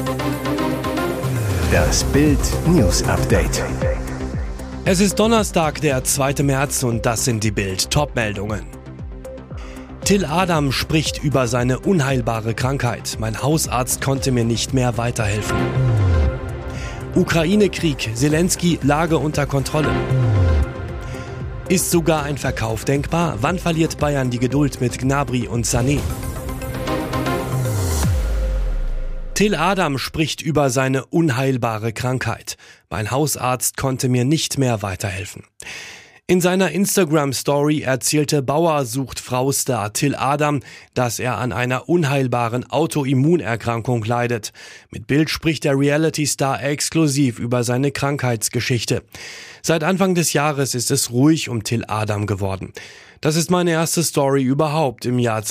Das Bild News Update. Es ist Donnerstag, der 2. März und das sind die Bild-Top-Meldungen. Till Adam spricht über seine unheilbare Krankheit. Mein Hausarzt konnte mir nicht mehr weiterhelfen. Ukraine-Krieg, Zelensky, Lage unter Kontrolle. Ist sogar ein Verkauf denkbar? Wann verliert Bayern die Geduld mit Gnabry und Sané? Till Adam spricht über seine unheilbare Krankheit. Mein Hausarzt konnte mir nicht mehr weiterhelfen. In seiner Instagram-Story erzählte Bauer-sucht-Frau-Star Till Adam, dass er an einer unheilbaren Autoimmunerkrankung leidet. Mit Bild spricht der Reality-Star exklusiv über seine Krankheitsgeschichte. Seit Anfang des Jahres ist es ruhig um Till Adam geworden. Das ist meine erste Story überhaupt im Jahr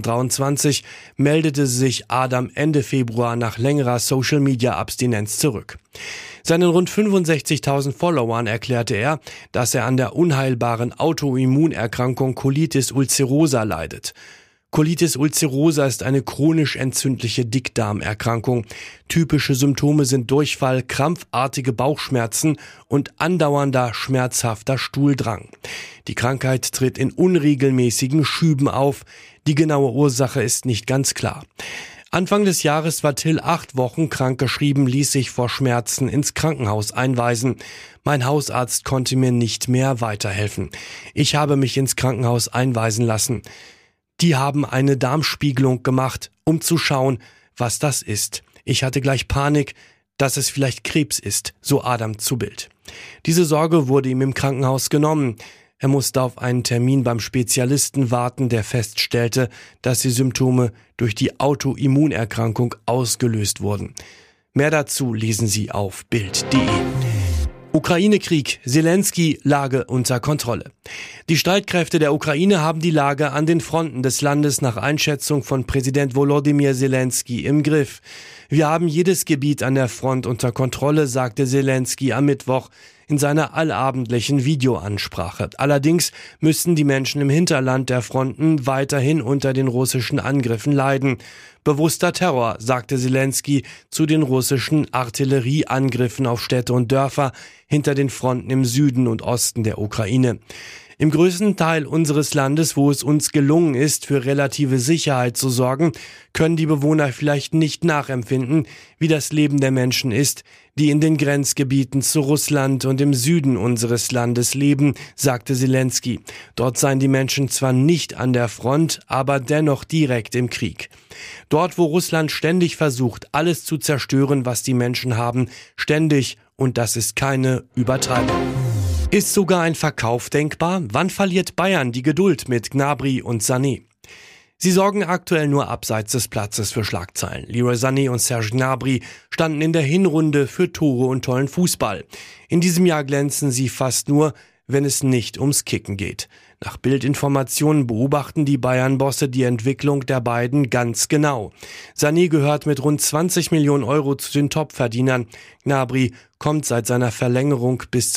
2023, meldete sich Adam Ende Februar nach längerer Social-Media-Abstinenz zurück. Seinen rund 65.000 Followern erklärte er, dass er an der unheilbaren Autoimmunerkrankung Colitis ulcerosa leidet. Colitis ulcerosa ist eine chronisch entzündliche Dickdarmerkrankung. Typische Symptome sind Durchfall, krampfartige Bauchschmerzen und andauernder schmerzhafter Stuhldrang. Die Krankheit tritt in unregelmäßigen Schüben auf. Die genaue Ursache ist nicht ganz klar. Anfang des Jahres war Till 8 Wochen krankgeschrieben, ließ sich vor Schmerzen ins Krankenhaus einweisen. Mein Hausarzt konnte mir nicht mehr weiterhelfen. Ich habe mich ins Krankenhaus einweisen lassen. Die haben eine Darmspiegelung gemacht, um zu schauen, was das ist. Ich hatte gleich Panik, dass es vielleicht Krebs ist, so Adam zu Bild. Diese Sorge wurde ihm im Krankenhaus genommen. Er musste auf einen Termin beim Spezialisten warten, der feststellte, dass die Symptome durch die Autoimmunerkrankung ausgelöst wurden. Mehr dazu lesen Sie auf Bild.de. Ukraine-Krieg, Zelensky, Lage unter Kontrolle. Die Streitkräfte der Ukraine haben die Lage an den Fronten des Landes nach Einschätzung von Präsident Volodymyr Zelensky im Griff. Wir haben jedes Gebiet an der Front unter Kontrolle, sagte Zelensky am Mittwoch in seiner allabendlichen Videoansprache. Allerdings müssten die Menschen im Hinterland der Fronten weiterhin unter den russischen Angriffen leiden. Bewusster Terror, sagte Zelensky zu den russischen Artillerieangriffen auf Städte und Dörfer hinter den Fronten im Süden und Osten der Ukraine. Im größten Teil unseres Landes, wo es uns gelungen ist, für relative Sicherheit zu sorgen, können die Bewohner vielleicht nicht nachempfinden, wie das Leben der Menschen ist, die in den Grenzgebieten zu Russland und im Süden unseres Landes leben, sagte Zelensky. Dort seien die Menschen zwar nicht an der Front, aber dennoch direkt im Krieg. Dort, wo Russland ständig versucht, alles zu zerstören, was die Menschen haben, ständig, und das ist keine Übertreibung. Ist sogar ein Verkauf denkbar? Wann verliert Bayern die Geduld mit Gnabry und Sané? Sie sorgen aktuell nur abseits des Platzes für Schlagzeilen. Leroy Sané und Serge Gnabry standen in der Hinrunde für Tore und tollen Fußball. In diesem Jahr glänzen sie fast nur, wenn es nicht ums Kicken geht. Nach Bildinformationen beobachten die Bayern-Bosse die Entwicklung der beiden ganz genau. Sané gehört mit rund 20 Millionen Euro zu den Topverdienern. Gnabry kommt seit seiner Verlängerung bis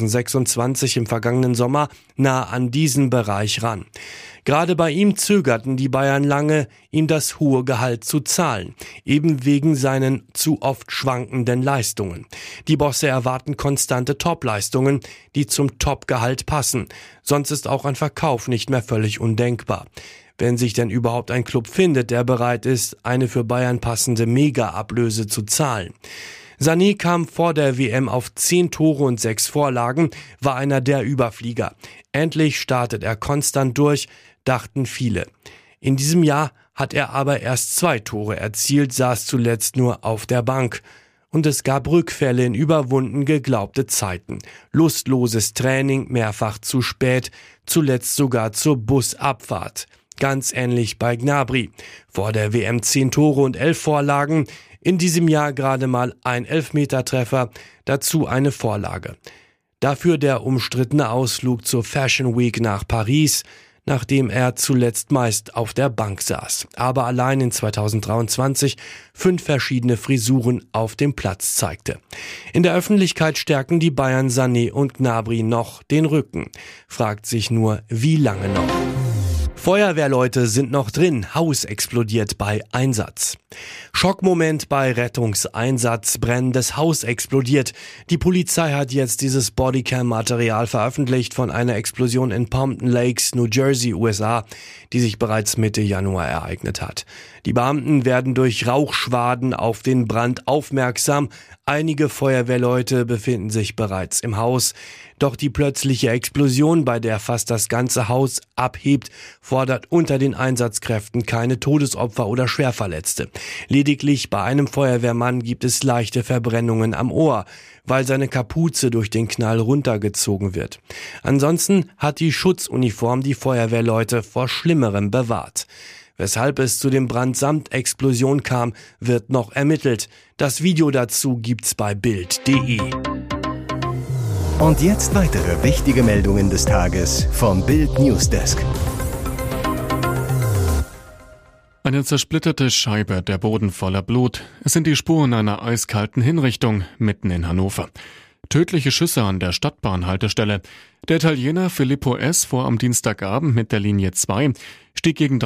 2026 im vergangenen Sommer nah an diesen Bereich ran. Gerade bei ihm zögerten die Bayern lange, ihm das hohe Gehalt zu zahlen, eben wegen seinen zu oft schwankenden Leistungen. Die Bosse erwarten konstante Top-Leistungen, die zum Top-Gehalt passen. Sonst ist auch ein Verkauf nicht mehr völlig undenkbar. Wenn sich denn überhaupt ein Club findet, der bereit ist, eine für Bayern passende Mega-Ablöse zu zahlen. Sané kam vor der WM auf 10 Tore und 6 Vorlagen, war einer der Überflieger. Endlich startet er konstant durch, dachten viele. In diesem Jahr hat er aber erst 2 Tore erzielt, saß zuletzt nur auf der Bank. Und es gab Rückfälle in überwunden geglaubte Zeiten. Lustloses Training, mehrfach zu spät, zuletzt sogar zur Busabfahrt. Ganz ähnlich bei Gnabry. Vor der WM 10 Tore und 11 Vorlagen, in diesem Jahr gerade mal ein Elfmetertreffer, dazu eine Vorlage. Dafür der umstrittene Ausflug zur Fashion Week nach Paris, nachdem er zuletzt meist auf der Bank saß, aber allein in 2023 5 verschiedene Frisuren auf dem Platz zeigte. In der Öffentlichkeit stärken die Bayern Sané und Gnabry noch den Rücken. Fragt sich nur, wie lange noch? Feuerwehrleute sind noch drin, Haus explodiert bei Einsatz. Schockmoment bei Rettungseinsatz, brennendes Haus explodiert. Die Polizei hat jetzt dieses Bodycam-Material veröffentlicht von einer Explosion in Pompton Lakes, New Jersey, USA, die sich bereits Mitte Januar ereignet hat. Die Beamten werden durch Rauchschwaden auf den Brand aufmerksam. Einige Feuerwehrleute befinden sich bereits im Haus. Doch die plötzliche Explosion, bei der fast das ganze Haus abhebt, fordert unter den Einsatzkräften keine Todesopfer oder Schwerverletzte. Lediglich bei einem Feuerwehrmann gibt es leichte Verbrennungen am Ohr, weil seine Kapuze durch den Knall runtergezogen wird. Ansonsten hat die Schutzuniform die Feuerwehrleute vor Schlimmerem bewahrt. Weshalb es zu dem Brand samt Explosion kam, wird noch ermittelt. Das Video dazu gibt's bei Bild.de. Und jetzt weitere wichtige Meldungen des Tages vom Bild Newsdesk. Eine zersplitterte Scheibe, der Boden voller Blut. Es sind die Spuren einer eiskalten Hinrichtung mitten in Hannover. Tödliche Schüsse an der Stadtbahnhaltestelle. Der Italiener Filippo S. fuhr am Dienstagabend mit der Linie 2, stieg gegen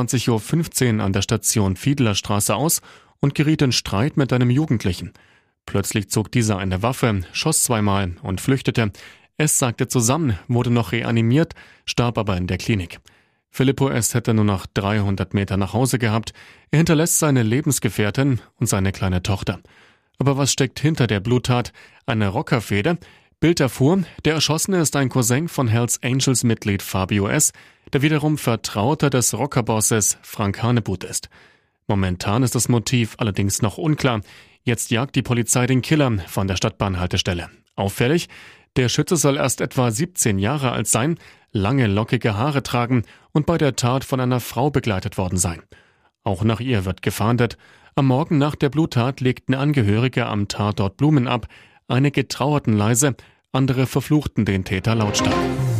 23:15 Uhr an der Station Fiedlerstraße aus und geriet in Streit mit einem Jugendlichen. Plötzlich zog dieser eine Waffe, schoss zweimal und flüchtete. S. sagte zusammen, wurde noch reanimiert, starb aber in der Klinik. Filippo S. hätte nur noch 300 Meter nach Hause gehabt. Er hinterlässt seine Lebensgefährtin und seine kleine Tochter. Aber was steckt hinter der Bluttat? Eine Rockerfehde? Bild erfuhr, der Erschossene ist ein Cousin von Hells Angels-Mitglied Fabio S., der wiederum Vertrauter des Rockerbosses Frank Hanebuth ist. Momentan ist das Motiv allerdings noch unklar. Jetzt jagt die Polizei den Killer von der Stadtbahnhaltestelle. Auffällig, der Schütze soll erst etwa 17 Jahre alt sein, lange lockige Haare tragen und bei der Tat von einer Frau begleitet worden sein. Auch nach ihr wird gefahndet. Am Morgen nach der Bluttat legten Angehörige am Tatort Blumen ab. Einige trauerten leise, andere verfluchten den Täter lautstark.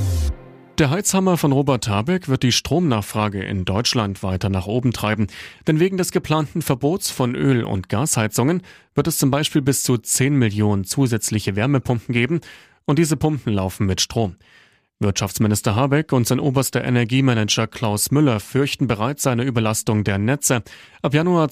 Der Heizhammer von Robert Habeck wird die Stromnachfrage in Deutschland weiter nach oben treiben. Denn wegen des geplanten Verbots von Öl- und Gasheizungen wird es zum Beispiel bis zu 10 Millionen zusätzliche Wärmepumpen geben. Und diese Pumpen laufen mit Strom. Wirtschaftsminister Habeck und sein oberster Energiemanager Klaus Müller fürchten bereits eine Überlastung der Netze. Ab Januar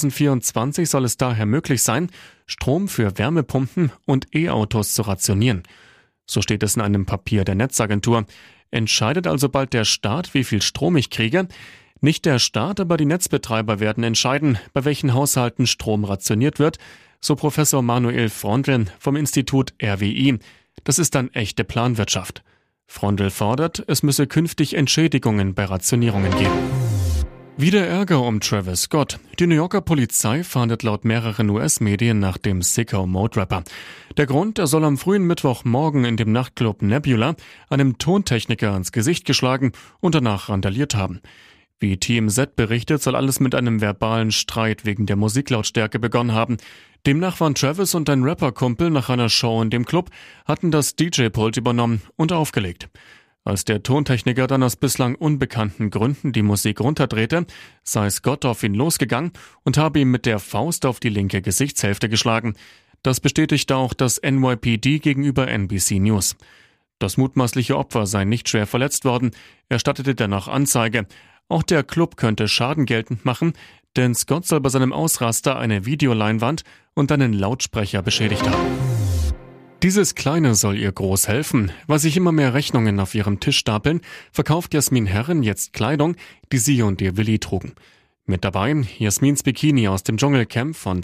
2024 soll es daher möglich sein, Strom für Wärmepumpen und E-Autos zu rationieren. So steht es in einem Papier der Netzagentur. Entscheidet also bald der Staat, wie viel Strom ich kriege? Nicht der Staat, aber die Netzbetreiber werden entscheiden, bei welchen Haushalten Strom rationiert wird, so Professor Manuel Frondl vom Institut RWI. Das ist dann echte Planwirtschaft. Frondl fordert, es müsse künftig Entschädigungen bei Rationierungen geben. Wieder Ärger um Travis Scott. Die New Yorker Polizei fahndet laut mehreren US-Medien nach dem Sicko Mode-Rapper. Der Grund, er soll am frühen Mittwochmorgen in dem Nachtclub Nebula einem Tontechniker ins Gesicht geschlagen und danach randaliert haben. Wie TMZ berichtet, soll alles mit einem verbalen Streit wegen der Musiklautstärke begonnen haben. Demnach waren Travis und ein Rapperkumpel nach einer Show in dem Club, hatten das DJ-Pult übernommen und aufgelegt. Als der Tontechniker dann aus bislang unbekannten Gründen die Musik runterdrehte, sei Scott auf ihn losgegangen und habe ihm mit der Faust auf die linke Gesichtshälfte geschlagen. Das bestätigte auch das NYPD gegenüber NBC News. Das mutmaßliche Opfer sei nicht schwer verletzt worden, er stattete dennoch Anzeige. Auch der Club könnte Schaden geltend machen, denn Scott soll bei seinem Ausraster eine Videoleinwand und einen Lautsprecher beschädigt haben. Dieses Kleine soll ihr groß helfen. Weil sich immer mehr Rechnungen auf ihrem Tisch stapeln, verkauft Jasmin Herren jetzt Kleidung, die sie und ihr Willi trugen. Mit dabei Jasmins Bikini aus dem Dschungelcamp von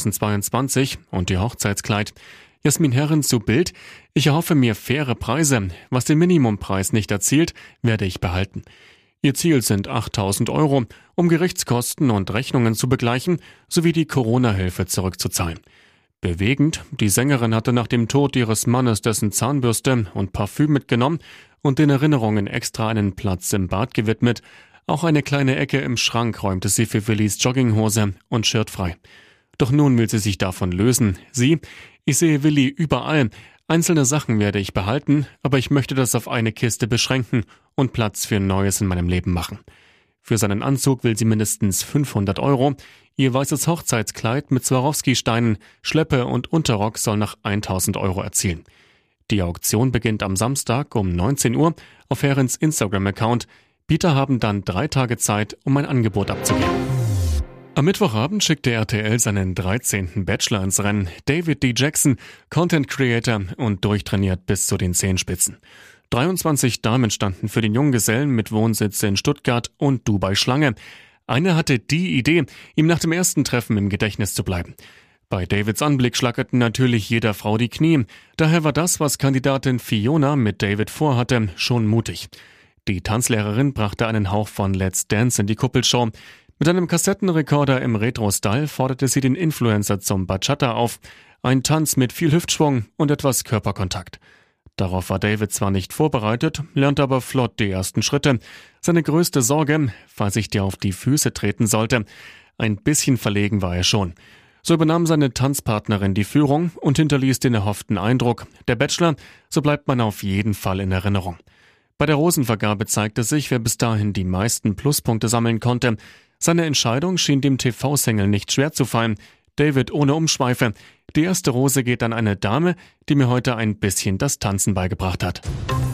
2022 und ihr Hochzeitskleid. Jasmin Herren zu Bild: Ich erhoffe mir faire Preise. Was den Minimumpreis nicht erzielt, werde ich behalten. Ihr Ziel sind 8.000 €, um Gerichtskosten und Rechnungen zu begleichen, sowie die Corona-Hilfe zurückzuzahlen. Bewegend, die Sängerin hatte nach dem Tod ihres Mannes dessen Zahnbürste und Parfüm mitgenommen und den Erinnerungen extra einen Platz im Bad gewidmet. Auch eine kleine Ecke im Schrank räumte sie für Willis Jogginghose und Shirt frei. Doch nun will sie sich davon lösen. Ich sehe Willi überall. Einzelne Sachen werde ich behalten, aber ich möchte das auf eine Kiste beschränken und Platz für Neues in meinem Leben machen. Für seinen Anzug will sie mindestens 500 €. Ihr weißes Hochzeitskleid mit Swarovski-Steinen, Schleppe und Unterrock soll nach 1.000 € erzielen. Die Auktion beginnt am Samstag um 19 Uhr auf Herrens Instagram-Account. Bieter haben dann 3 Tage Zeit, um ein Angebot abzugeben. Am Mittwochabend schickte RTL seinen 13. Bachelor ins Rennen. David D. Jackson, Content Creator und durchtrainiert bis zu den Zehenspitzen. 23 Damen standen für den Junggesellen mit Wohnsitz in Stuttgart und Dubai Schlange. Eine hatte die Idee, ihm nach dem ersten Treffen im Gedächtnis zu bleiben. Bei Davids Anblick schlackerten natürlich jeder Frau die Knie. Daher war das, was Kandidatin Fiona mit David vorhatte, schon mutig. Die Tanzlehrerin brachte einen Hauch von Let's Dance in die Kuppelshow. Mit einem Kassettenrekorder im Retro-Style forderte sie den Influencer zum Bachata auf. Ein Tanz mit viel Hüftschwung und etwas Körperkontakt. Darauf war David zwar nicht vorbereitet, lernte aber flott die ersten Schritte. Seine größte Sorge, falls ich dir auf die Füße treten sollte. Ein bisschen verlegen war er schon. So übernahm seine Tanzpartnerin die Führung und hinterließ den erhofften Eindruck. Der Bachelor, so bleibt man auf jeden Fall in Erinnerung. Bei der Rosenvergabe zeigte sich, wer bis dahin die meisten Pluspunkte sammeln konnte. Seine Entscheidung schien dem TV-Sängel nicht schwer zu fallen. David ohne Umschweife. Die erste Rose geht an eine Dame, die mir heute ein bisschen das Tanzen beigebracht hat.